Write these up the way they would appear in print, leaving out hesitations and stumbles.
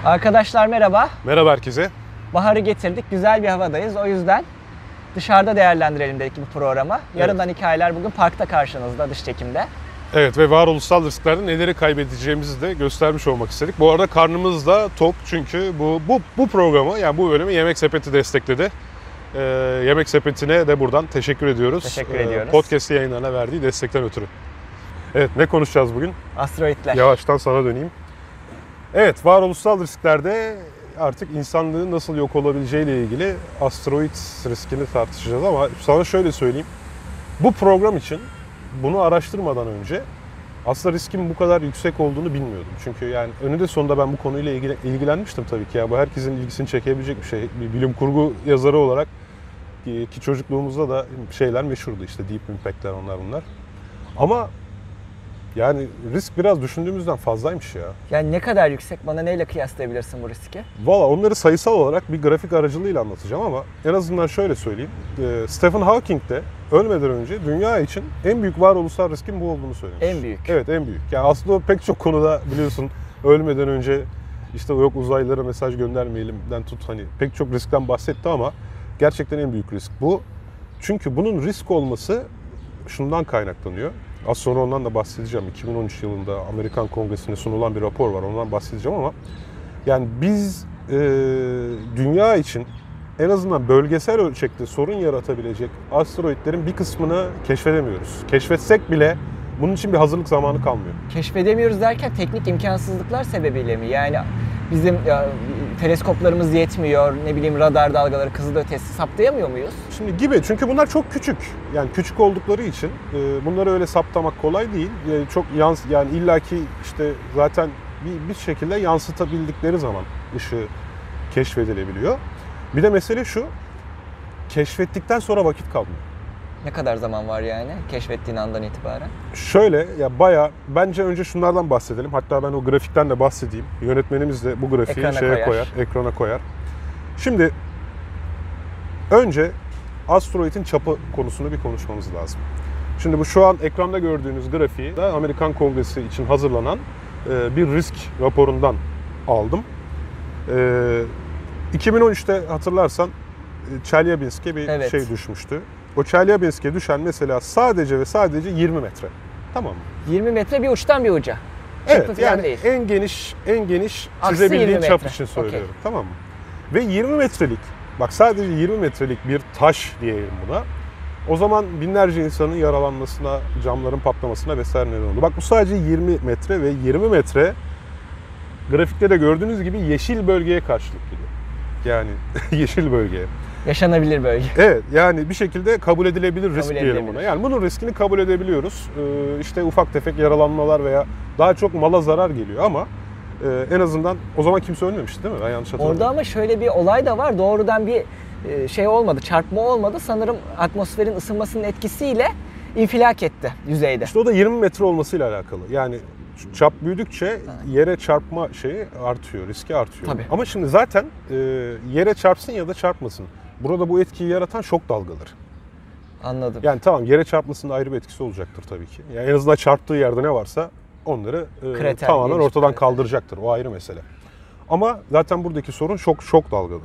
Arkadaşlar merhaba. Merhaba herkese. Baharı getirdik. Güzel bir havadayız. O yüzden dışarıda değerlendirelim dedik bu programı. Yarından hikayeler bugün parkta karşınızda, dış çekimde. Evet ve varoluşsal risklerde neleri kaybedeceğimizi de göstermiş olmak istedik. Bu arada karnımız da tok çünkü bu programı, yani bu bölümü Yemek Sepeti destekledi. Yemek Sepeti'ne de buradan teşekkür ediyoruz. Teşekkür ediyoruz. Podcast yayınlarına verdiği destekten ötürü. Evet, ne konuşacağız bugün? Asteroidler. Yavaştan sana döneyim. Evet, varoluşsal risklerde artık insanlığın nasıl yok olabileceğiyle ilgili asteroid riskini tartışacağız ama sana şöyle söyleyeyim. Bu program için bunu araştırmadan önce aslında riskin bu kadar yüksek olduğunu bilmiyordum. Çünkü yani önünde sonunda ben bu konuyla ilgilenmiştim tabii ki. Ya bu herkesin ilgisini çekebilecek bir şey. Bir bilim kurgu yazarı olarak ki çocukluğumuzda da şeyler meşhurdu, işte Deep Impact'ler, onlar bunlar. Ama yani risk biraz düşündüğümüzden fazlaymış ya. Yani ne kadar yüksek? Bana neyle kıyaslayabilirsin bu riski? Valla onları sayısal olarak bir grafik aracılığıyla anlatacağım ama en azından şöyle söyleyeyim. Stephen Hawking de ölmeden önce dünya için en büyük varoluşsal riskin bu olduğunu söylemiş. En büyük. Evet, en büyük. Yani aslında pek çok konuda biliyorsun ölmeden önce işte yok uzaylılara mesaj göndermeyelimden tut, hani pek çok riskten bahsetti ama gerçekten en büyük risk bu. Çünkü bunun risk olması şundan kaynaklanıyor. Az sonra ondan da bahsedeceğim. 2013 yılında Amerikan Kongresi'ne sunulan bir rapor var. Ondan bahsedeceğim ama yani biz dünya için en azından bölgesel ölçekte sorun yaratabilecek asteroidlerin bir kısmını keşfedemiyoruz. Keşfetsek bile bunun için bir hazırlık zamanı kalmıyor. Keşfedemiyoruz derken teknik imkansızlıklar sebebiyle mi? Yani bizim teleskoplarımız yetmiyor, ne bileyim radar dalgaları, kızılötesi saptayamıyor muyuz? Şimdi gibi, çünkü bunlar çok küçük. Yani küçük oldukları için bunları öyle saptamak kolay değil. Çok yani illaki işte zaten bir şekilde yansıtabildikleri zaman ışığı keşfedilebiliyor. Bir de mesele şu, keşfettikten sonra vakit kalmıyor. Ne kadar zaman var yani keşfettiğin andan itibaren? Şöyle ya, bayağı bence önce şunlardan bahsedelim. Hatta ben o grafikten de bahsedeyim. Yönetmenimiz de bu grafiği ekrana koyar. Şimdi önce asteroidin çapı konusunu bir konuşmamız lazım. Şimdi bu şu an ekranda gördüğünüz grafiği de Amerikan Kongresi için hazırlanan bir risk raporundan aldım. 2013'te hatırlarsan Çelyabinsk'e bir şey düşmüştü. O Çelyabinsk'e düşen mesela sadece ve sadece 20 metre. Tamam mı? 20 metre bir uçtan bir uca. Evet, yani değil. en geniş çizebildiğin çap için söylüyorum. Okay. Tamam mı? Ve 20 metrelik, bak sadece 20 metrelik bir taş diyelim buna. O zaman binlerce insanın yaralanmasına, camların patlamasına vesaire neden oldu. Bak bu sadece 20 metre ve 20 metre grafikte de gördüğünüz gibi yeşil bölgeye karşılık geliyor. Yani yeşil bölgeye. Yaşanabilir bölge. Evet, yani bir şekilde kabul edilebilir risk diyelim buna. Yani bunun riskini kabul edebiliyoruz. İşte ufak tefek yaralanmalar veya daha çok mala zarar geliyor ama en azından o zaman kimse ölmemişti değil mi? Ben yanlış hatırlamıyorum. Orada ama şöyle bir olay da var. Doğrudan bir şey olmadı, çarpma olmadı. Sanırım atmosferin ısınmasının etkisiyle infilak etti yüzeyde. İşte o da 20 metre olmasıyla alakalı. Yani çap büyüdükçe yere çarpma şeyi artıyor, riski artıyor. Tabii. Ama şimdi zaten yere çarpsın ya da çarpmasın, burada bu etkiyi yaratan şok dalgaları. Anladım. Yani tamam, yere çarpmasında ayrı bir etkisi olacaktır tabii ki. Yani en azından çarptığı yerde ne varsa onları tamamen ortadan kaldıracaktır. O ayrı mesele. Ama zaten buradaki sorun şok dalgaları.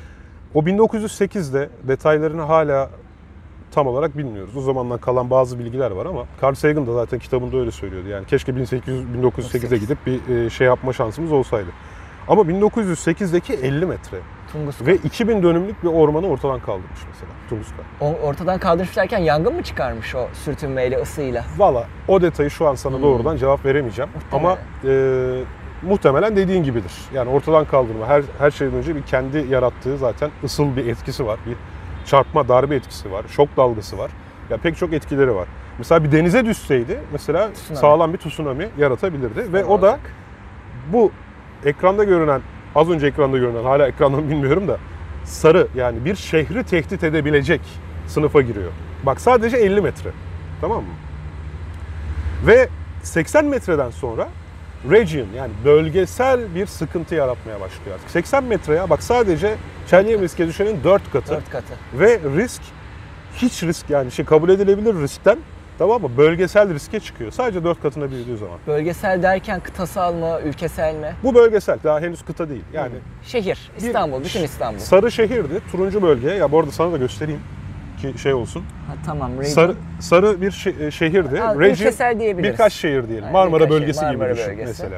O 1908'de detaylarını hala tam olarak bilmiyoruz. O zamandan kalan bazı bilgiler var ama Carl Sagan da zaten kitabında öyle söylüyordu. Yani keşke 1908'e gidip bir şey yapma şansımız olsaydı. Ama 1908'deki 50 metre Tunguska. ve 2000 dönümlük bir ormanı ortadan kaldırmış mesela Tunguska. Ortadan kaldırmış derken yangın mı çıkarmış o sürtünmeyle, ısıyla? Valla o detayı şu an sana doğrudan cevap veremeyeceğim. Muhtemelen. Ama muhtemelen dediğin gibidir. Yani ortadan kaldırma her şeyden önce bir kendi yarattığı zaten ısıl bir etkisi var. Bir çarpma, darbe etkisi var. Şok dalgası var. Ya pek çok etkileri var. Mesela bir denize düşseydi mesela sağlam bir tsunami yaratabilirdi. Ve o da bu ekranda görünen, az önce ekranda görünen, hala ekranda mı bilmiyorum da sarı, yani bir şehri tehdit edebilecek sınıfa giriyor. Bak sadece 50 metre. Tamam mı? Ve 80 metreden sonra region, yani bölgesel bir sıkıntı yaratmaya başlıyor artık. 80 metreye bak, sadece Çelyabinsk'e düşenin 4 katı. 4 katı. Ve risk, hiç risk, yani kabul edilebilir riskten Tamam mı? Bölgesel riske çıkıyor. Sadece 4 katına büyüdüğü zaman. Bölgesel derken kıtasal mı, ülkesel mi? Bu bölgesel. Daha henüz kıta değil. Yani Şehir, İstanbul, bütün İstanbul. sarı şehirdi. Turuncu bölge. Ya bu arada sana da göstereyim ki şey olsun. Ha, tamam, region. Sarı bir şehirdi. Ha, Region ülkesel diyebiliriz. birkaç şehir diyelim. Yani Marmara birkaç bölgesi şehir, gibi Marmara düşün bölgesi. mesela.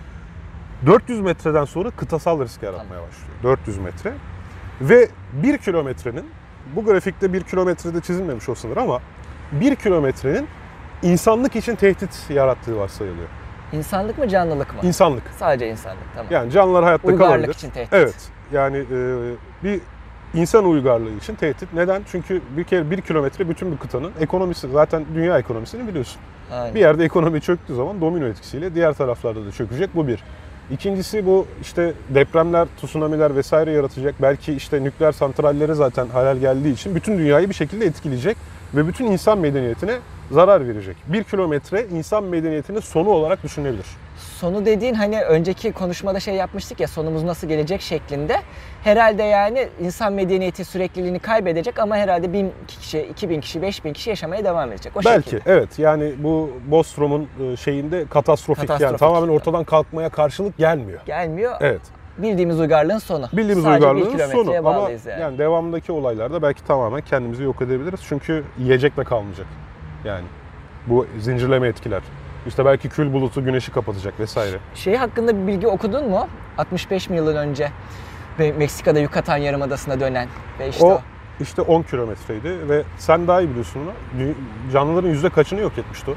400 metreden sonra kıtasal risk yaratmaya başlıyor. 400 metre. Ve 1 kilometrenin, bu grafikte 1 kilometrede çizilmemiş o sınır ama 1 kilometrenin insanlık için tehdit yarattığı varsayılıyor. İnsanlık mı, canlılık mı? İnsanlık. Sadece insanlık, tamam. Yani canlılar hayatta Uygarlık kalabilir. için tehdit. Evet. Yani bir insan uygarlığı için tehdit. Neden? Çünkü bir kere 1 kilometre bütün bir kıtanın ekonomisi, zaten dünya ekonomisini biliyorsun. Aynen. Bir yerde ekonomi çöktüğü zaman domino etkisiyle diğer taraflarda da çökecek. Bu bir. İkincisi bu işte depremler, tsunamiler vesaire yaratacak. Belki işte nükleer santrallere zaten halel geldiği için bütün dünyayı bir şekilde etkileyecek ve bütün insan medeniyetine zarar verecek. 1 kilometre insan medeniyetinin sonu olarak düşünülebilir. Sonu dediğin hani önceki konuşmada şey yapmıştık ya, sonumuz nasıl gelecek şeklinde. Herhalde yani insan medeniyeti sürekliliğini kaybedecek ama herhalde 1000 kişi, 2000 kişi, 5000 kişi yaşamaya devam edecek. O Belki şekilde. evet, yani bu Bostrom'un şeyinde katastrofik, yani Katastrofik. tamamen ortadan kalkmaya karşılık gelmiyor. Gelmiyor. Evet. Bildiğimiz uygarlığın sonu. Bildiğimiz Sadece uygarlığın 1 kilometreye sonu ama bağlıyız yani. yani devamındaki olaylarda belki tamamen kendimizi yok edebiliriz. Çünkü yiyecek de kalmayacak. Yani bu zincirleme etkiler. İşte belki kül bulutu güneşi kapatacak vesaire. Şey hakkında bir bilgi okudun mu? 65 mi yılın önce Meksika'da Yucatan Yarımadası'na dönen ve işte O işte 10 kilometreydi ve sen daha iyi biliyorsun onu. Canlıların yüzde kaçını yok etmişti o?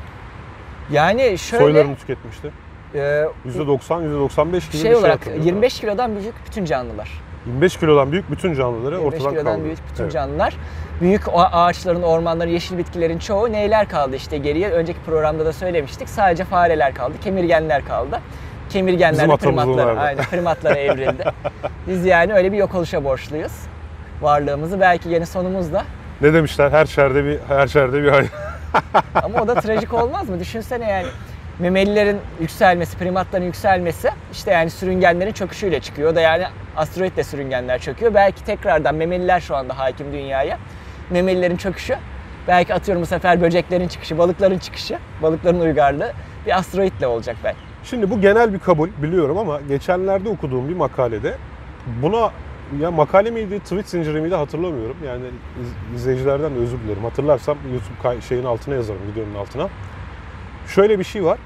Yani şöyle Soylarını tüketmişti. e, %90, %95 gibi şey bir olarak hatırlıyorum. 25 kilodan büyük bütün canlılar. 25 kilodan büyük bütün canlıları 25 ortadan kilodan kaldırıyor. büyük bütün Evet. canlılar. Büyük ağaçların, ormanların, yeşil bitkilerin çoğu, neyler kaldı işte geriye? Önceki programda da söylemiştik. Sadece fareler kaldı, kemirgenler kaldı. Kemirgenler Bizim de atamız primatlara, onlardı. aynen, primatlara evrildi. Biz yani öyle bir yok oluşa borçluyuz varlığımızı. Belki yeni sonumuz da. Ne demişler? Her şerde bir hayır. Ama o da trajik olmaz mı? Düşünsene yani. Memelilerin yükselmesi, primatların yükselmesi işte yani sürüngenlerin çöküşüyle çıkıyor. O da yani asteroitle sürüngenler çöküyor. Belki tekrardan memeliler şu anda hakim dünyaya. Memelilerin çöküşü, belki atıyorum bu sefer böceklerin çıkışı, balıkların çıkışı, balıkların uygarlığı bir asteroitle olacak belki. Şimdi bu genel bir kabul biliyorum ama geçenlerde okuduğum bir makalede buna, ya makale miydi, tweet zinciri miydi hatırlamıyorum. Yani izleyicilerden de özür dilerim. Hatırlarsam YouTube şeyin altına yazarım, videonun altına. Şöyle bir şey var.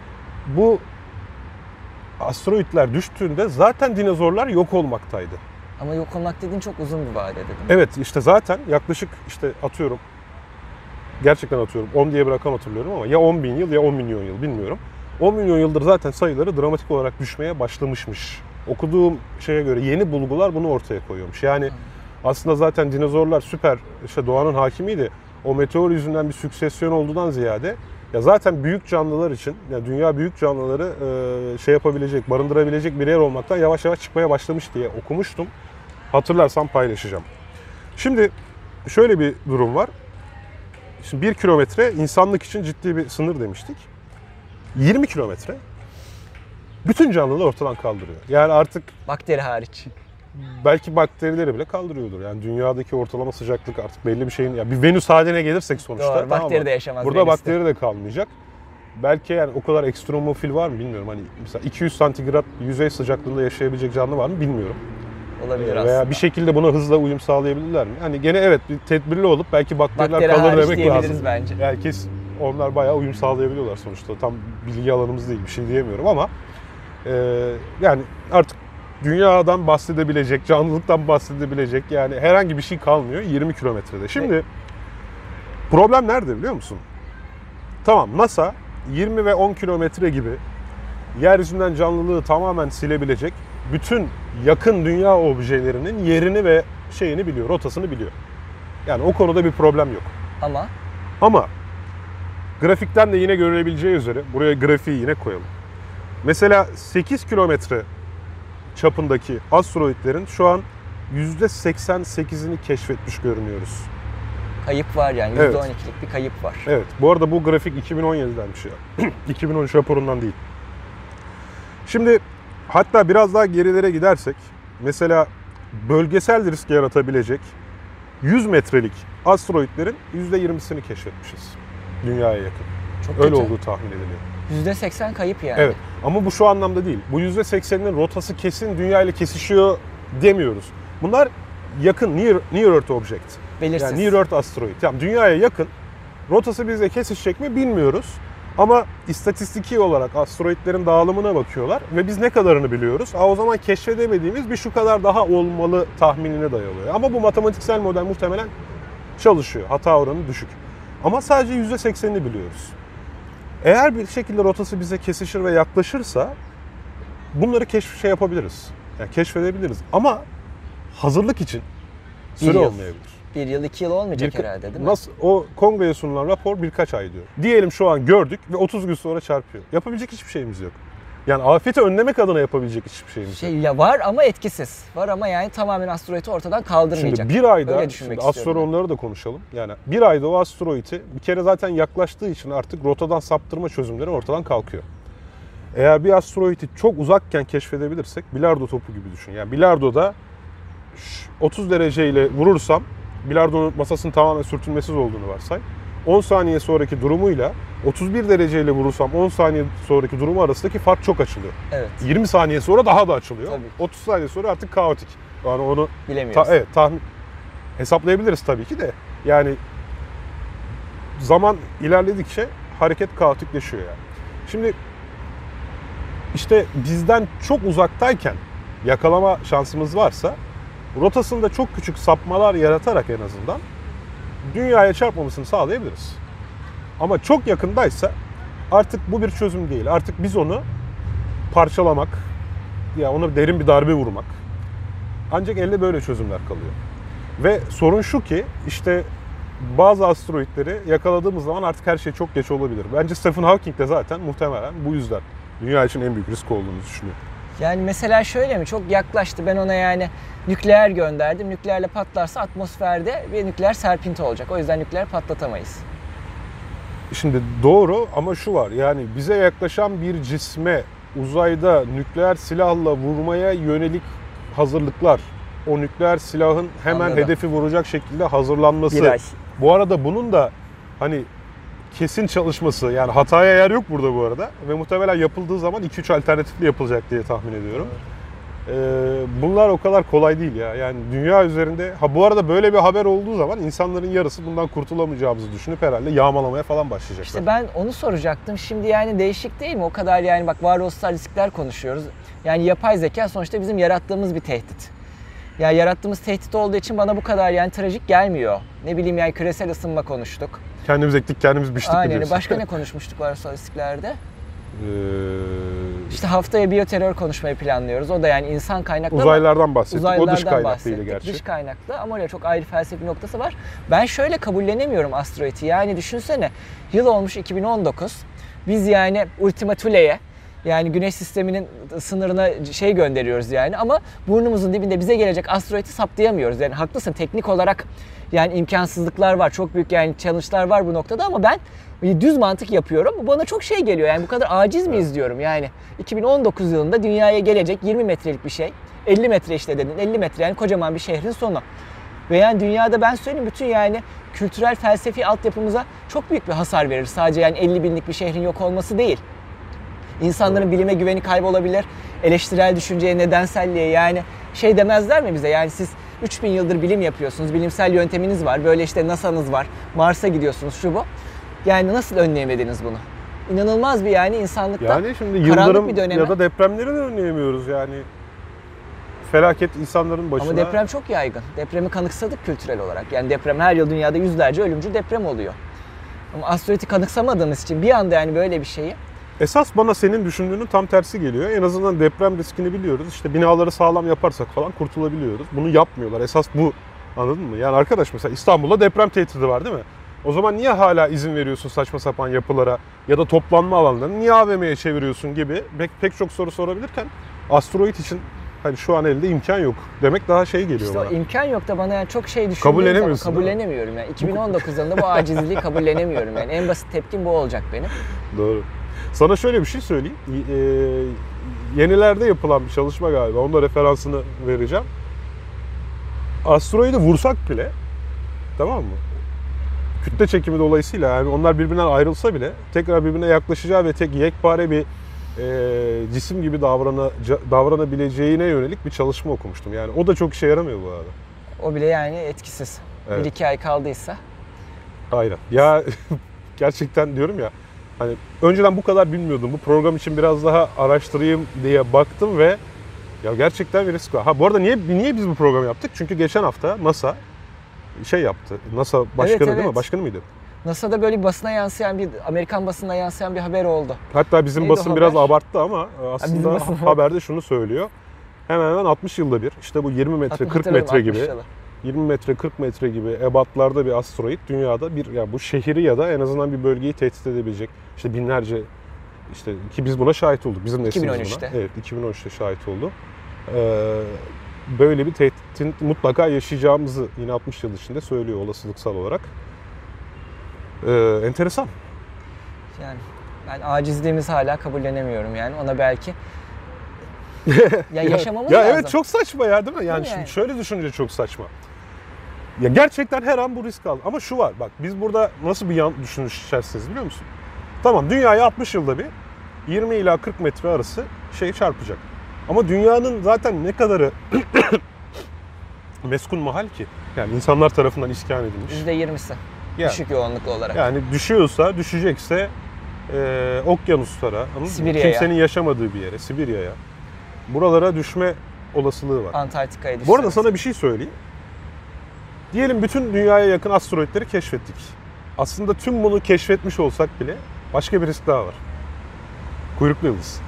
Bu asteroidler düştüğünde zaten dinozorlar yok olmaktaydı. Ama yok olmak dediğin çok uzun bir vade dedim. Evet, işte zaten yaklaşık işte atıyorum, gerçekten atıyorum 10 diye bir rakam hatırlıyorum ama ya 10 bin yıl ya 10 milyon yıl bilmiyorum. 10 milyon yıldır zaten sayıları dramatik olarak düşmeye başlamışmış. Okuduğum şeye göre yeni bulgular bunu ortaya koyuyormuş. Yani aslında zaten dinozorlar süper işte doğanın hakimiydi. O meteor yüzünden bir süksesyon olduğundan ziyade ya zaten büyük canlılar için, ya dünya büyük canlıları şey yapabilecek, barındırabilecek bir yer olmaktan yavaş yavaş çıkmaya başlamış diye okumuştum. Hatırlarsam paylaşacağım. Şimdi şöyle bir durum var. Şimdi 1 kilometre insanlık için ciddi bir sınır demiştik. 20 kilometre bütün canlıları ortadan kaldırıyor. Yani artık Bakteri hariç. belki bakterileri bile kaldırıyordur. Yani dünyadaki ortalama sıcaklık artık belli bir şeyin, ya bir Venüs haline gelirsek sonuçta. Doğru, tamam bakteri mı? de yaşamaz Burada Venüs'te. bakteri de kalmayacak. Belki yani o kadar ekstremofil var mı bilmiyorum. Hani mesela 200 santigrat yüzey sıcaklığında yaşayabilecek canlı var mı bilmiyorum. Olabilir Veya aslında. bir şekilde buna hızla uyum sağlayabilirler mi? Hani gene evet bir tedbirli olup belki bakteriler Bakteri kalır hariç demek diyebiliriz lazım. bence. Yani kesin onlar bayağı uyum sağlayabiliyorlar sonuçta. Tam bilgi alanımız değil, bir şey diyemiyorum ama yani artık dünyadan bahsedebilecek, canlılıktan bahsedebilecek yani herhangi bir şey kalmıyor 20 kilometrede. Şimdi problem nerede biliyor musun? Tamam, NASA 20 ve 10 kilometre gibi yeryüzünden canlılığı tamamen silebilecek bütün yakın dünya objelerinin yerini ve şeyini biliyor, rotasını biliyor. Yani o konuda bir problem yok. Ama grafikten de yine görülebileceği üzere buraya grafiği yine koyalım. Mesela 8 kilometre çapındaki asteroidlerin şu an %88'ini keşfetmiş görünüyoruz. Kayıp var yani. Evet. %12'lik bir kayıp var. Evet. Bu arada bu grafik 2017'denmiş ya. 2013 raporundan değil. Şimdi hatta biraz daha gerilere gidersek mesela bölgesel risk yaratabilecek 100 metrelik asteroidlerin %20'sini keşfetmişiz. Dünya'ya yakın. Çok Öyle kötü. olduğu tahmin ediliyor. %80 kayıp yani. Evet. Ama bu şu anlamda değil. Bu %80'inin rotası kesin Dünya ile kesişiyor demiyoruz. Bunlar yakın, near Earth object. Belirsiz. Yani near Earth asteroid. Yani Dünya'ya yakın. Rotası bizle kesişecek mi bilmiyoruz. Ama istatistiki olarak asteroidlerin dağılımına bakıyorlar ve biz ne kadarını biliyoruz? O zaman keşfedemediğimiz bir şu kadar daha olmalı tahminine dayalıyor. Ama bu matematiksel model muhtemelen çalışıyor. Hata oranı düşük. Ama sadece %80'ini biliyoruz. Eğer bir şekilde rotası bize kesişir ve yaklaşırsa bunları yapabiliriz. Yani keşfedebiliriz. Ama hazırlık için süre yıl. olmayabilir. 1 yıl 2 yıl olmayacak herhalde değil mi? Nasıl? O kongreye sunulan rapor birkaç ay diyor. Diyelim şu an gördük ve 30 gün sonra çarpıyor. Yapabilecek hiçbir şeyimiz yok. Yani afeti önlemek adına yapabilecek hiçbir şeyimiz yok. Ya var ama etkisiz. Var ama yani tamamen asteroidi ortadan kaldırmayacak. Şimdi bir ayda, Öyle düşünmek şimdi istiyorum astronomları da konuşalım. Yani bir ayda o asteroidi bir kere zaten yaklaştığı için artık rotadan saptırma çözümleri ortadan kalkıyor. Eğer bir asteroidi çok uzakken keşfedebilirsek, bilardo topu gibi düşün. Yani bilardoda 30 dereceyle vurursam, bilardonun masasının tamamen sürtünmesiz olduğunu varsay. 10 saniye sonraki durumuyla 31 dereceyle vurursam 10 saniye sonraki durumu arasındaki fark çok açılıyor. Evet. 20 saniye sonra daha da açılıyor. Tabii. 30 saniye sonra artık kaotik. Yani onu Bilemiyoruz. evet, hesaplayabiliriz tabii ki de. Yani zaman ilerledikçe hareket kaotikleşiyor yani. Şimdi işte bizden çok uzaktayken yakalama şansımız varsa rotasında çok küçük sapmalar yaratarak en azından Dünya'ya çarpmamasını sağlayabiliriz. Ama çok yakındaysa artık bu bir çözüm değil. Artık biz onu parçalamak, ya ona derin bir darbe vurmak. Ancak elde böyle çözümler kalıyor. Ve sorun şu ki işte bazı asteroidleri yakaladığımız zaman artık her şey çok geç olabilir. Bence Stephen Hawking de zaten muhtemelen bu yüzden Dünya için en büyük risk olduğunu düşünüyor. Yani mesela şöyle mi? Çok yaklaştı. Ben ona yani nükleer gönderdim. Nükleerle patlarsa atmosferde bir nükleer serpinti olacak. O yüzden nükleer patlatamayız. Şimdi doğru ama şu var, yani bize yaklaşan bir cisme uzayda nükleer silahla vurmaya yönelik hazırlıklar, o nükleer silahın hemen Anladım. hedefi vuracak şekilde hazırlanması. Bir ay. Bu arada bunun da hani kesin çalışması, yani hataya yer yok burada bu arada ve muhtemelen yapıldığı zaman 2-3 alternatifli yapılacak diye tahmin ediyorum. Bunlar o kadar kolay değil ya. Yani dünya üzerinde, bu arada böyle bir haber olduğu zaman insanların yarısı bundan kurtulamayacağımızı düşünüp herhalde yağmalamaya falan başlayacaklar. İşte ben onu soracaktım. Şimdi yani değişik değil mi? O kadar yani bak varoluşsal riskler konuşuyoruz. Yani yapay zeka sonuçta bizim yarattığımız bir tehdit. Ya yarattığımız tehdit olduğu için bana bu kadar yani trajik gelmiyor. Ne bileyim yani küresel ısınma konuştuk. Kendimiz ektik, kendimiz biçtik mi Aynen. diyorsun? Başka ne konuşmuştuk varoluşsal risklerde? Ee, İşte haftaya biyoterör konuşmayı planlıyoruz. O da yani insan kaynaklı. Uzaylardan bahsettik. Uzaylılardan O dış kaynaklıydı bahsettik. gerçi. Dış kaynaklı ama öyle çok ayrı felsefi noktası var. Ben şöyle kabullenemiyorum asteroidi. Yani düşünsene yıl olmuş 2019. Biz yani Ultima Thule'ye yani Güneş sisteminin sınırına şey gönderiyoruz yani ama burnumuzun dibinde bize gelecek asteroidi saptayamıyoruz. Yani haklısın, teknik olarak yani imkansızlıklar var. Çok büyük yani challenge'lar var bu noktada ama ben düz mantık yapıyorum. Bu bana çok şey geliyor. Yani bu kadar aciz miyiz diyorum. Yani 2019 yılında dünyaya gelecek 20 metrelik bir şey. 50 metre işte dedin. 50 metre yani kocaman bir şehrin sonu. Ve yani dünyada ben söyleyeyim bütün yani kültürel felsefi altyapımıza çok büyük bir hasar verir. Sadece yani 50 binlik bir şehrin yok olması değil. İnsanların bilime güveni kaybolabilir. Eleştirel düşünceye, nedenselliğe yani şey demezler mi bize? Yani siz 3000 yıldır bilim yapıyorsunuz. Bilimsel yönteminiz var. Böyle işte NASA'nız var. Mars'a gidiyorsunuz şu bu. Yani nasıl önleyemediniz bunu? İnanılmaz bir yani insanlıkta Yani şimdi karanlık yıldırım bir döneme. ya da depremleri de önleyemiyoruz yani. Felaket insanların başına. Ama deprem çok yaygın. Depremi kanıksadık kültürel olarak. Yani deprem her yıl dünyada yüzlerce ölümcül deprem oluyor. Ama asteroidi kanıksamadığımız için bir anda yani böyle bir şeyi. Esas bana senin düşündüğünün tam tersi geliyor. En azından deprem riskini biliyoruz. İşte binaları sağlam yaparsak falan kurtulabiliyoruz. Bunu yapmıyorlar. Esas bu. Anladın mı? Yani arkadaş mesela İstanbul'da deprem tehdidi var değil mi? O zaman niye hala izin veriyorsun saçma sapan yapılara ya da toplanma alanlarını niye AVM'ye çeviriyorsun gibi pek çok soru sorabilirken asteroid için hani şu an elde imkan yok demek daha şey geliyor İşte bana. o imkan yok da bana yani çok şey düşündüğüm zaman Kabullenemiyorsun, kabullenemiyorum. Yani 2019 yılında bu acizliği kabullenemiyorum. Yani en basit tepkim bu olacak benim. Doğru. Sana şöyle bir şey söyleyeyim. Yenilerde yapılan bir çalışma galiba. Onun da referansını vereceğim. Asteroidi vursak bile, tamam mı? kütle çekimi dolayısıyla yani onlar birbirinden ayrılsa bile tekrar birbirine yaklaşacağı ve tek yekpare bir cisim gibi davranabileceğine yönelik bir çalışma okumuştum. Yani o da çok işe yaramıyor bu arada. O bile yani etkisiz. Evet. 1-2 ay kaldıysa. Aynen. Ya gerçekten diyorum ya, hani önceden bu kadar bilmiyordum. Bu program için biraz daha araştırayım diye baktım ve ya gerçekten bir risk var. Ha bu arada niye biz bu programı yaptık? Çünkü geçen hafta NASA şey yaptı. NASA başkanı değil mi? Başkanı mıydı? NASA'da böyle bir basına yansıyan Amerikan basınına yansıyan bir haber oldu. Hatta bizim Neydi basın biraz abarttı ama bizim aslında basın haberde şunu söylüyor. Hemen hemen 60 yılda bir, işte bu 20 metre 40 metre gibi 20 metre 40 metre gibi ebatlarda bir asteroid dünyada bir, ya bu şehri ya da en azından bir bölgeyi tehdit edebilecek işte binlerce, işte ki biz buna şahit olduk. Bizim neslimiz 2013'te. buna. Evet, 2013'te şahit oldu. Böyle bir tehditin mutlaka yaşayacağımızı yine 60 yıl içinde söylüyor olasılıksal olarak. Enteresan. Yani ben acizliğimizi hala kabullenemiyorum yani. Ona belki yaşamamız ya lazım. Evet, çok saçma ya, değil mi? Yani Değil mi şimdi şöyle düşününce çok saçma. Ya gerçekten her an bu risk al. Ama şu var, bak biz burada nasıl bir yan düşünüş içerisindeyiz biliyor musun? Tamam, dünyaya 60 yılda bir 20 ila 40 metre arası şey çarpacak. Ama dünyanın zaten ne kadarı meskun mahal ki? Yani insanlar tarafından iskan edilmiş. %20'si. Yani, düşük yoğunluklu olarak. Yani düşecekse okyanuslara, Sibirya'ya, kimsenin yaşamadığı bir yere, Sibirya'ya. Buralara düşme olasılığı var. Antarktika'ya düşse. Bu arada sana bir şey söyleyeyim. Diyelim bütün dünyaya yakın asteroidleri keşfettik. Aslında tüm bunu keşfetmiş olsak bile başka bir risk daha var. Kuyruklu yıldız.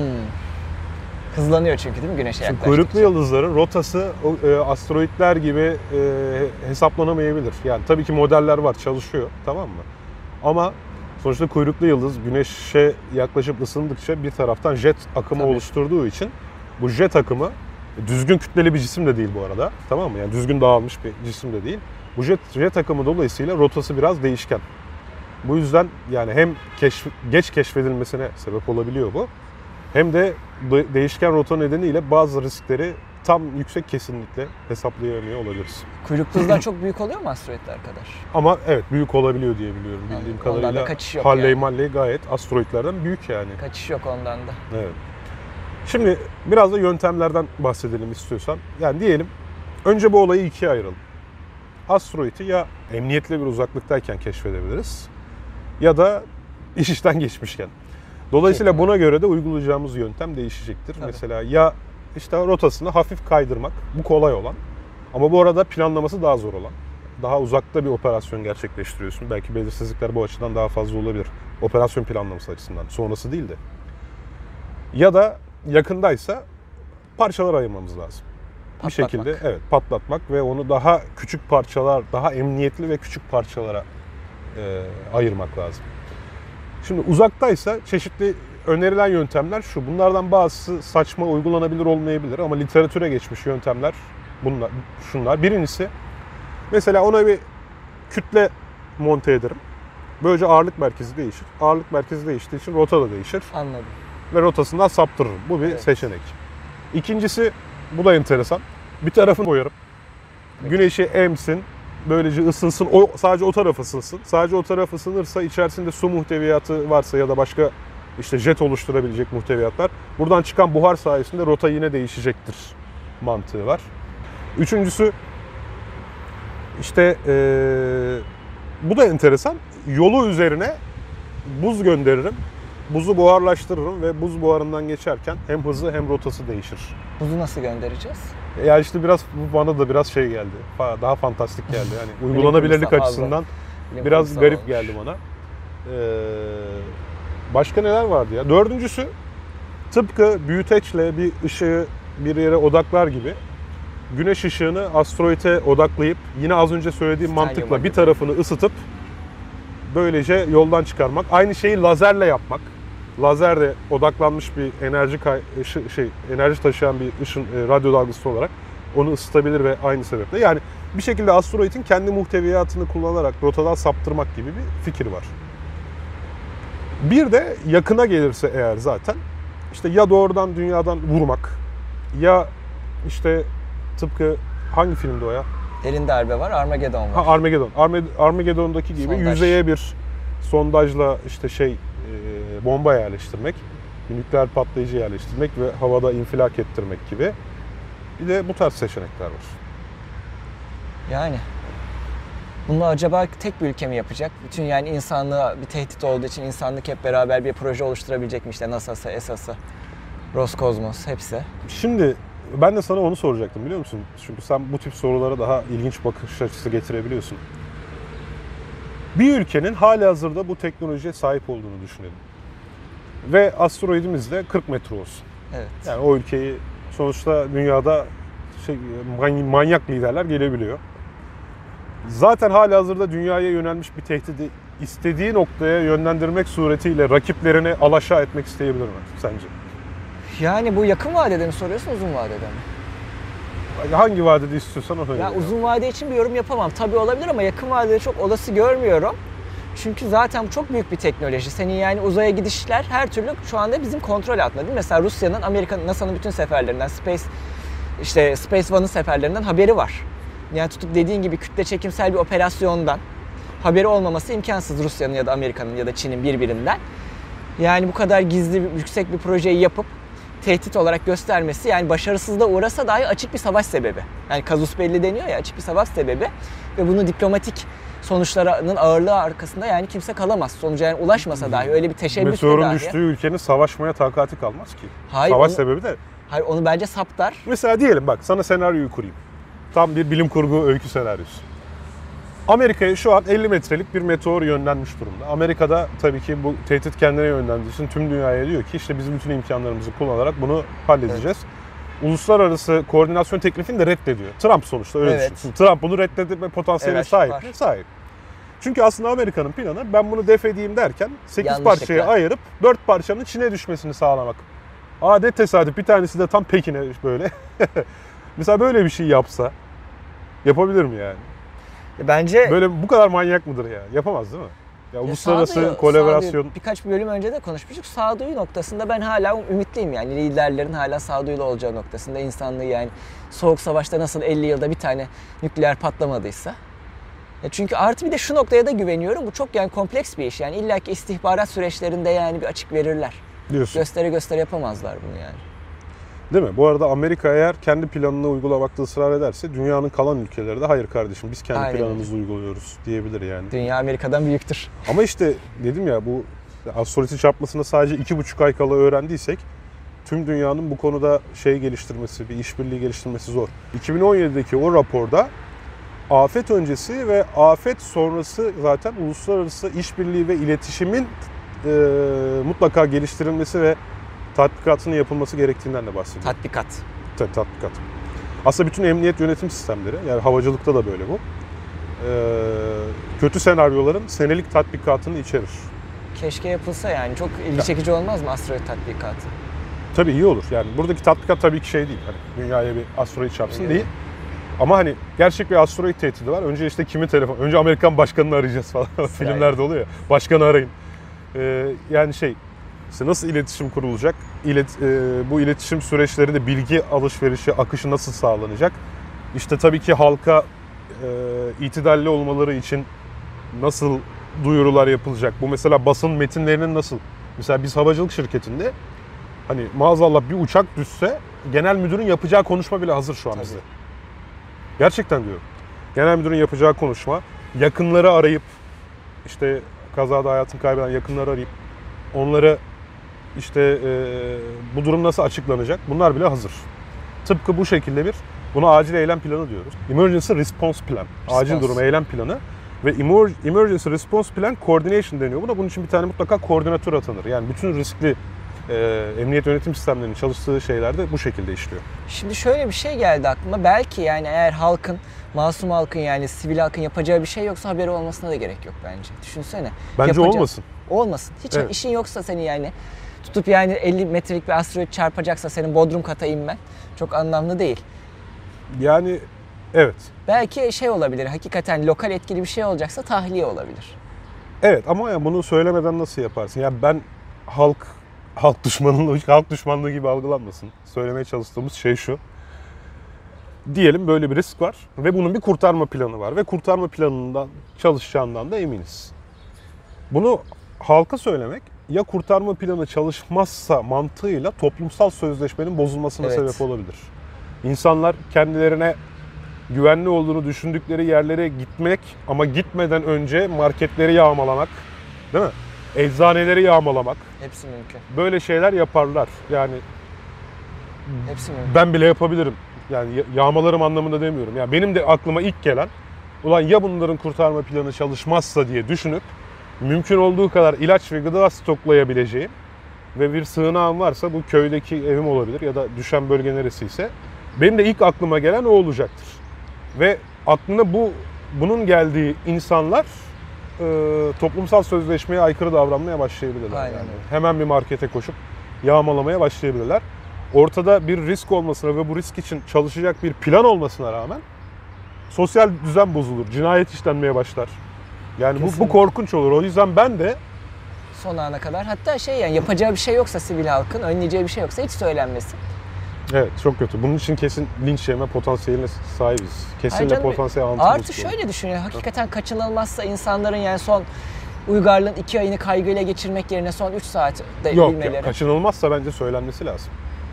Hızlanıyor çünkü değil mi güneşe yaklaştıkça? Kuyruklu yıldızların rotası asteroidler gibi hesaplanamayabilir. Yani tabii ki modeller var, çalışıyor, tamam mı? Ama sonuçta kuyruklu yıldız güneşe yaklaşıp ısındıkça bir taraftan jet akımı oluşturduğu için bu jet akımı düzgün kütleli bir cisim de değil bu arada, tamam mı? Yani düzgün dağılmış bir cisim de değil. Bu jet akımı dolayısıyla rotası biraz değişken. Bu yüzden yani hem geç keşfedilmesine sebep olabiliyor bu. Hem de değişken rota nedeniyle bazı riskleri tam yüksek kesinlikle hesaplayamıyor olabiliriz. Kuyruklu yıldızlar çok büyük oluyor mu asteroidler kadar? Ama evet, büyük olabiliyor diye biliyorum. Bildiğim kadarıyla Halley gayet asteroidlerden büyük yani. Kaçış yok ondan da. Evet. Şimdi biraz da yöntemlerden bahsedelim istiyorsan. Yani diyelim önce bu olayı ikiye ayıralım. Asteroidi ya emniyetli bir uzaklıktayken keşfedebiliriz ya da iş işten geçmişken. Dolayısıyla buna göre de uygulayacağımız yöntem değişecektir. Tabii. Mesela ya işte rotasını hafif kaydırmak, bu kolay olan ama bu arada planlaması daha zor olan. Daha uzakta bir operasyon gerçekleştiriyorsun. Belki belirsizlikler bu açıdan daha fazla olabilir. Operasyon planlaması açısından. Sonrası değil de. Ya da yakındaysa parçalar ayırmamız lazım. Bir şekilde patlatmak ve onu daha küçük parçalar, daha emniyetli ve küçük parçalara ayırmak lazım. Şimdi uzaktaysa çeşitli önerilen yöntemler şu. Bunlardan bazısı saçma, uygulanabilir olmayabilir ama literatüre geçmiş yöntemler şunlar. Birincisi, mesela ona bir kütle monte ederim. Böylece ağırlık merkezi değişir. Ağırlık merkezi değiştiği için rota da değişir. Anladım. Ve rotasından saptırırım. Bu bir seçenek. İkincisi, bu da enteresan. Bir tarafını boyarım. Güneşi emsin. Böylece ısınsın. Sadece o taraf ısınsın. Sadece o taraf ısınırsa içerisinde su muhteviyatı varsa ya da başka işte jet oluşturabilecek muhteviyatlar, buradan çıkan buhar sayesinde rota yine değişecektir mantığı var. Üçüncüsü, işte bu da enteresan. Yolu üzerine buz gönderirim. Buzu buharlaştırırım ve buz buharından geçerken hem hızı hem rotası değişir. Buzu nasıl göndereceğiz? Ya işte biraz bana da biraz şey geldi. Daha fantastik geldi. Yani uygulanabilirlik açısından biraz garip geldi bana. Başka neler vardı ya? Dördüncüsü, tıpkı büyüteçle bir ışığı bir yere odaklar gibi güneş ışığını asteroide odaklayıp yine az önce söylediğim mantıkla bir tarafını ısıtıp böylece yoldan çıkarmak. Aynı şeyi lazerle yapmak. Lazer de odaklanmış bir enerji taşıyan bir ışın radyo dalgası olarak onu ısıtabilir ve aynı sebeple. Yani bir şekilde asteroidin kendi muhteviyatını kullanarak rotadan saptırmak gibi bir fikir var. Bir de yakına gelirse eğer zaten işte ya doğrudan dünyadan vurmak ya işte tıpkı hangi filmde o ya? Derin darbe var, Armageddon var. Armageddon. Armageddon'daki gibi Sondaj. yüzeye bir sondajla işte bomba yerleştirmek, bir nükleer patlayıcı yerleştirmek ve havada infilak ettirmek gibi. Bir de bu tarz seçenekler var. Yani bunu acaba tek bir ülke mi yapacak? Bütün yani insanlığa bir tehdit olduğu için insanlık hep beraber bir proje oluşturabilecek mi? İşte NASA'sı, ESA'sı, Roskosmos hepsi. Şimdi ben de sana onu soracaktım, biliyor musun? Çünkü sen bu tip sorulara daha ilginç bakış açısı getirebiliyorsun. Bir ülkenin halihazırda bu teknolojiye sahip olduğunu düşünelim. Ve asteroidimiz de 40 metre olsun. Evet. Yani o ülkeyi sonuçta dünyada manyak liderler gelebiliyor. Zaten halihazırda dünyaya yönelmiş bir tehdidi istediği noktaya yönlendirmek suretiyle rakiplerini alaşağı etmek isteyebilir mi sence? Yani bu yakın vadede mi soruyorsun, uzun vadede mi? Hangi vadede istiyorsan ona göre. Ya uzun vade için bir yorum yapamam. Tabii olabilir ama yakın vadede çok olası görmüyorum. Çünkü zaten bu çok büyük bir teknoloji. Senin yani uzaya gidişler her türlü şu anda bizim kontrol altında değil mi? Mesela Rusya'nın, Amerika'nın, NASA'nın bütün seferlerinden, Space One'ın seferlerinden haberi var. Yani tutup dediğin gibi kütle çekimsel bir operasyondan haberi olmaması imkansız Rusya'nın ya da Amerika'nın ya da Çin'in birbirinden. Yani bu kadar gizli, yüksek bir projeyi yapıp tehdit olarak göstermesi, yani başarısızlığa uğrasa dahi açık bir savaş sebebi. Yani kazus belli deniyor ya, açık bir savaş sebebi ve bunu diplomatik sonuçlarının ağırlığı arkasında yani kimse kalamaz. Sonuca yani ulaşmasa dahi, öyle bir teşebbüs de Meteorun dahi. düştüğü ülkenin savaşmaya takati kalmaz ki. Hayır, Savaş onu- sebebi de. Hayır, onu bence saptar. Mesela diyelim, bak sana senaryoyu kurayım. Tam bir bilim kurgu öykü senaryosu. Amerika'ya şu an 50 metrelik bir meteor yönlenmiş durumda. Amerika'da tabii ki bu tehdit kendine yönlendiği için tüm dünyaya diyor ki işte biz bütün imkanlarımızı kullanarak bunu halledeceğiz. Uluslararası koordinasyon teklifini de reddediyor. Trump sonuçta öyle Evet. düşün. Trump bunu reddetme potansiyeline Evet, sahip var. mi? Sahip. Çünkü aslında Amerika'nın planı ben bunu def edeyim derken 8 Yanlışlıkla. parçaya ayırıp 4 parçanın Çin'e düşmesini sağlamak. Adet tesadüf bir tanesi de tam Pekin'e böyle. Mesela böyle bir şey yapsa yapabilir mi yani? Bence Böyle bu kadar manyak mıdır ya? Yapamaz değil mi? Ya uluslararası sağduyu- kolaborasyon. birkaç bölüm önce de konuşmuştuk. Sağduyu noktasında ben hala ümitliyim yani. Liderlerin hala sağduyulu olacağı noktasında, insanlığı yani Soğuk Savaş'ta nasıl 50 yılda bir tane nükleer patlamadıysa. Çünkü artı bir de şu noktaya da güveniyorum. Bu çok yani kompleks bir iş. Yani illaki istihbarat süreçlerinde yani bir açık verirler. Diyorsun. Göstere yapamazlar bunu yani. Değil mi? Bu arada Amerika eğer kendi planını uygulamakta ısrar ederse dünyanın kalan ülkeleri de hayır kardeşim biz kendi Aynen planımızı uyguluyoruz diyebilir yani. Dünya Amerika'dan büyüktür. Ama işte dedim ya, bu asteroidin çarpmasına sadece 2,5 ay kala öğrendiysek tüm dünyanın bu konuda geliştirmesi, bir işbirliği geliştirmesi zor. 2017'deki o raporda afet öncesi ve afet sonrası zaten uluslararası işbirliği ve iletişimin mutlaka geliştirilmesi ve tatbikatının yapılması gerektiğinden de bahsediyor. Tatbikat. Tatbikat. Aslında bütün emniyet yönetim sistemleri, yani havacılıkta da böyle bu, kötü senaryoların senelik tatbikatını içerir. Keşke yapılsa yani. Çok ilgi çekici olmaz mı asteroid tatbikatı? Tabii iyi olur. Yani buradaki tatbikat tabii ki değil. Hani dünyaya bir asteroid çarpsın Evet. değil. Ama hani gerçek bir asteroid tehdidi var. Önce işte kimin telefonu? Önce Amerikan başkanını arayacağız falan. Filmlerde oluyor ya. Başkanı arayın. Yani işte nasıl iletişim kurulacak? Bu iletişim süreçlerinde bilgi alışverişi, akışı nasıl sağlanacak? İşte tabii ki halka itidalli olmaları için nasıl duyurular yapılacak? Bu mesela basın metinlerinin nasıl? Mesela biz havacılık şirketinde hani maazallah bir uçak düşse genel müdürün yapacağı konuşma bile hazır şu an bizde. Gerçekten diyorum. Genel müdürün yapacağı konuşma, yakınları arayıp işte kazada hayatını kaybeden yakınları arayıp onlara işte bu durum nasıl açıklanacak? Bunlar bile hazır. Tıpkı bu şekilde buna acil eylem planı diyoruz. Emergency Response Plan. Acil durum eylem planı ve Emergency Response Plan Coordination deniyor. Bunun için bir tane mutlaka koordinatör atanır. Yani bütün riskli emniyet yönetim sistemlerinin çalıştığı şeyler de bu şekilde işliyor. Şimdi şöyle bir şey geldi aklıma. Belki yani eğer halkın, masum halkın yani sivil halkın yapacağı bir şey yoksa haberi olmasına da gerek yok bence. Düşünsene. Bence olmasın. Olmasın. Hiç Evet. işin yoksa seni yani tutup yani 50 metrelik bir asteroid çarpacaksa senin bodrum kata inmen çok anlamlı değil. Yani evet. Belki olabilir. Hakikaten lokal etkili bir şey olacaksa tahliye olabilir. Evet ama yani bunu söylemeden nasıl yaparsın? Yani ben halk düşmanlığı gibi algılanmasın. Söylemeye çalıştığımız şey şu. Diyelim böyle bir risk var ve bunun bir kurtarma planı var ve kurtarma planından çalışacağından da eminiz. Bunu halka söylemek ya kurtarma planı çalışmazsa mantığıyla toplumsal sözleşmenin bozulmasına Evet. sebep olabilir. İnsanlar kendilerine güvenli olduğunu düşündükleri yerlere gitmek ama gitmeden önce marketleri yağmalamak, değil mi? Eczaneleri yağmalamak, Hepsi mümkün. böyle şeyler yaparlar. Yani Hepsi mümkün. ben bile yapabilirim. Yani yağmalarım anlamında demiyorum. Yani benim de aklıma ilk gelen, ulan ya bunların kurtarma planı çalışmazsa diye düşünüp mümkün olduğu kadar ilaç ve gıda stoklayabileceğim ve bir sığınağım varsa bu köydeki evim olabilir ya da düşen bölge neresiyse benim de ilk aklıma gelen o olacaktır. Ve aklına bunun geldiği insanlar toplumsal sözleşmeye aykırı davranmaya başlayabilirler. Aynen Yani. öyle. Hemen bir markete koşup yağmalamaya başlayabilirler. Ortada bir risk olmasına ve bu risk için çalışacak bir plan olmasına rağmen sosyal düzen bozulur, cinayet işlenmeye başlar. Yani bu Kesinlikle. korkunç olur. O yüzden ben de Son ana kadar. Hatta yani yapacağı bir şey yoksa sivil halkın, önleyeceği bir şey yoksa hiç söylenmesin. evet çok kötü. Bunun için kesin linç yeme potansiyeline sahibiz. Kesinlikle Ayrıca potansiyel Artı anlatılması şöyle düşünüyor. Hakikaten kaçınılmazsa insanların yani son uygarlığın 2 ayını kaygıyla geçirmek yerine son 3 saat de Yok, bilmeleri. kaçınılmazsa bence söylenmesi lazım.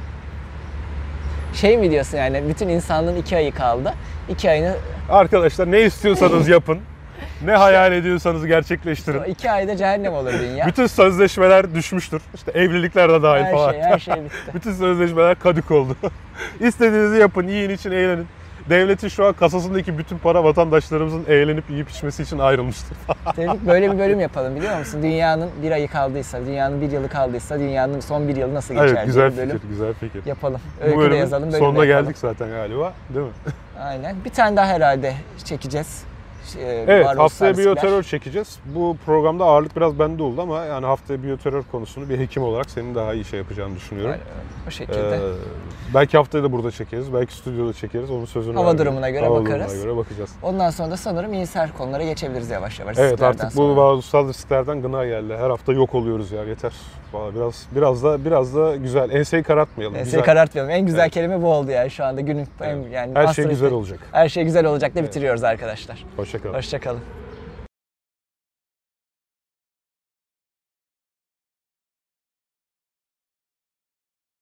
Şey mi diyorsun yani bütün insanlığın 2 ayı kaldı. 2 ayını Arkadaşlar ne istiyorsanız yapın. Ne hayal ediyorsanız gerçekleştirin. 2 ayda cehennem olur dünya. Bütün sözleşmeler düşmüştür. İşte evlilikler de dahil falan. Her şey bitti. Bütün sözleşmeler kadük oldu. İstediğinizi yapın, yiyin için eğlenin. Devletin şu an kasasındaki bütün para vatandaşlarımızın eğlenip yiyip içmesi için ayrılmıştır. Dedik böyle bir bölüm yapalım biliyor musun? Dünyanın 1 ayı kaldıysa, dünyanın 1 yılı kaldıysa dünyanın son 1 yılı nasıl geçer Evet, diye güzel bir bölüm fikir, güzel fikir. yapalım. Bu Öykü de bölümün yazalım, bölüm de sonuna yapalım. geldik zaten galiba, değil mi? Aynen. Bir tane daha herhalde çekeceğiz. Evet, Varoluşsal haftaya riskler. biyoterör çekeceğiz. Bu programda ağırlık biraz bende oldu ama yani haftaya biyoterör konusunu bir hekim olarak senin daha iyi şey yapacağını düşünüyorum. Aynen, o şekilde. Belki haftaya da burada çekeriz, belki stüdyoda çekeriz. Onun sözünü Hava vermeyeyim. durumuna göre Hava bakarız. durumuna göre bakacağız. Ondan sonra da sanırım iyimser konulara geçebiliriz yavaş yavaş. Evet, risklerden artık sonra. bu varoluşsal risklerden gına geldi. Her hafta yok oluyoruz ya, yeter. Vallahi biraz da güzel. Enseyi karartmayalım. Enseyi Güzel. karartmayalım. En güzel Evet. kelime bu oldu yani şu anda günün Evet. yani Her şey astrolojide- güzel olacak. Her şey güzel olacak da bitiriyoruz arkadaşlar. Hoşça kalın. Hoşça kalın.